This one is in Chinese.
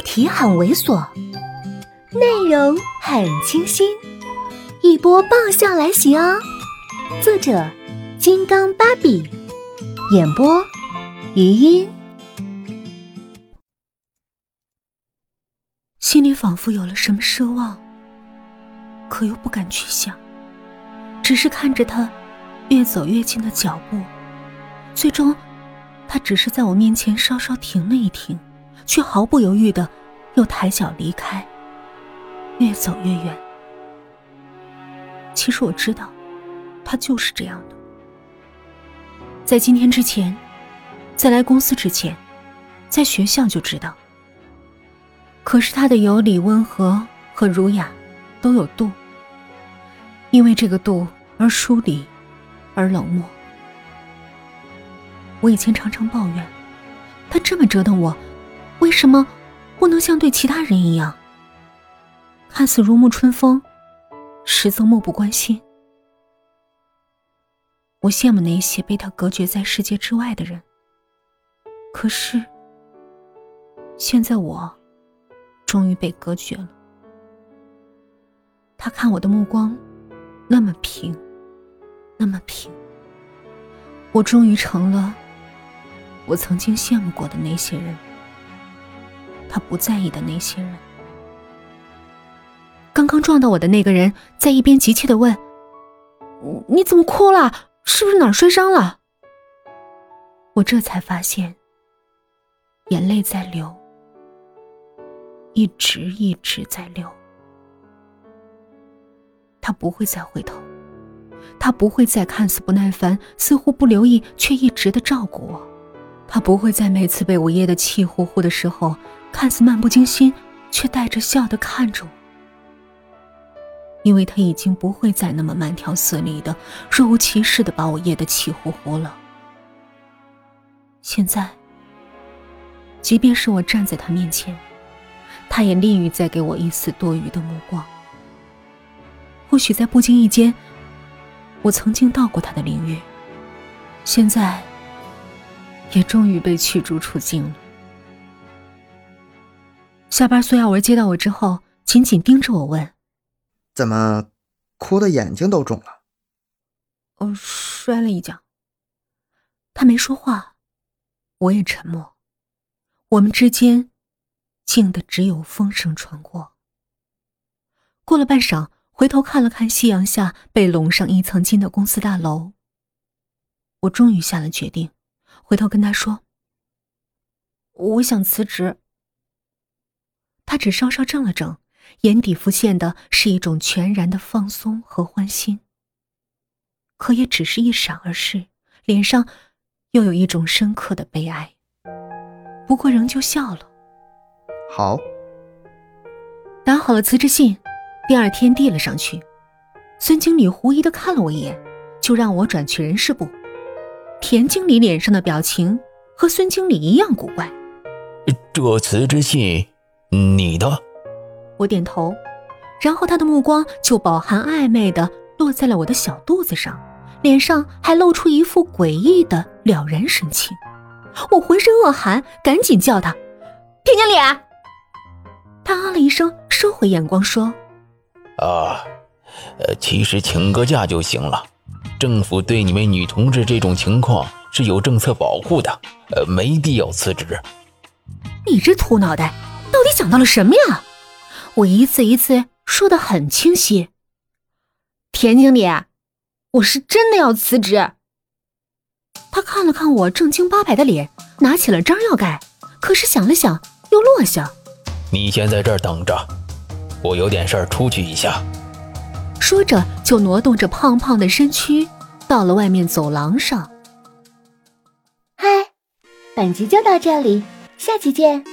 题很猥琐，内容很清新，一波爆笑来袭哦！作者：金刚芭比，演播：余音。心里仿佛有了什么奢望，可又不敢去想，只是看着他越走越近的脚步，最终他只是在我面前稍稍停了一停，却毫不犹豫地又抬脚离开，越走越远。其实我知道他就是这样的，在今天之前，在来公司之前，在学校就知道。可是他的有礼温和和儒雅都有度，因为这个度而疏离，而冷漠。我以前常常抱怨，他这么折腾我，为什么不能像对其他人一样，看似如沐春风，实则漠不关心。我羡慕那些被他隔绝在世界之外的人，可是现在我终于被隔绝了。他看我的目光那么平，那么平，我终于成了我曾经羡慕过的那些人，他不在意的那些人。刚刚撞到我的那个人在一边急切地问：你怎么哭了？是不是哪儿摔伤了？我这才发现眼泪在流，一直在流。他不会再回头，他不会再看似不耐烦，似乎不留意却一直的照顾我，他不会在每次被我噎得气呼呼的时候，看似漫不经心却带着笑地看着我，因为他已经不会再那么慢条斯理的若无其事地把我噎得气呼呼了。现在即便是我站在他面前，他也吝于再给我一丝多余的目光。或许在不经意间，我曾经到过他的领域，现在也终于被驱逐出境了。下班苏耀文接到我之后，紧紧盯着我问： 怎么哭的眼睛都肿了？ 摔了一跤。他没说话，我也沉默，我们之间静的只有风声传过。过了半晌，回头看了看夕阳下被笼上一层金的公司大楼，我终于下了决定，回头跟他说：我想辞职。他只稍稍怔了怔，眼底浮现的是一种全然的放松和欢心，可也只是一闪而逝，脸上又有一种深刻的悲哀，不过仍旧笑了。 好。 打好了辞职信，第二天递了上去。孙经理狐疑地看了我一眼，就让我转去人事部。田经理脸上的表情和孙经理一样古怪。 这辞职信你的？ 我点头，然后他的目光就饱含暧昧地落在了我的小肚子上，脸上还露出一副诡异的了然神情。我浑身恶寒，赶紧叫他：田经理！他啊了一声，收回眼光说： 其实请个假就行了，政府对你们女同志这种情况是有政策保护的，没必要辞职。 你这秃脑袋到底想到了什么呀？我一次一次说得很清晰。田经理，我是真的要辞职。他看了看我正经八百的脸，拿起了章要盖，可是想了想又落下。 你先在这儿等着，我有点事儿出去一下。 说着就挪动着胖胖的身躯到了外面走廊上。 嗨，本集就到这里，下期见。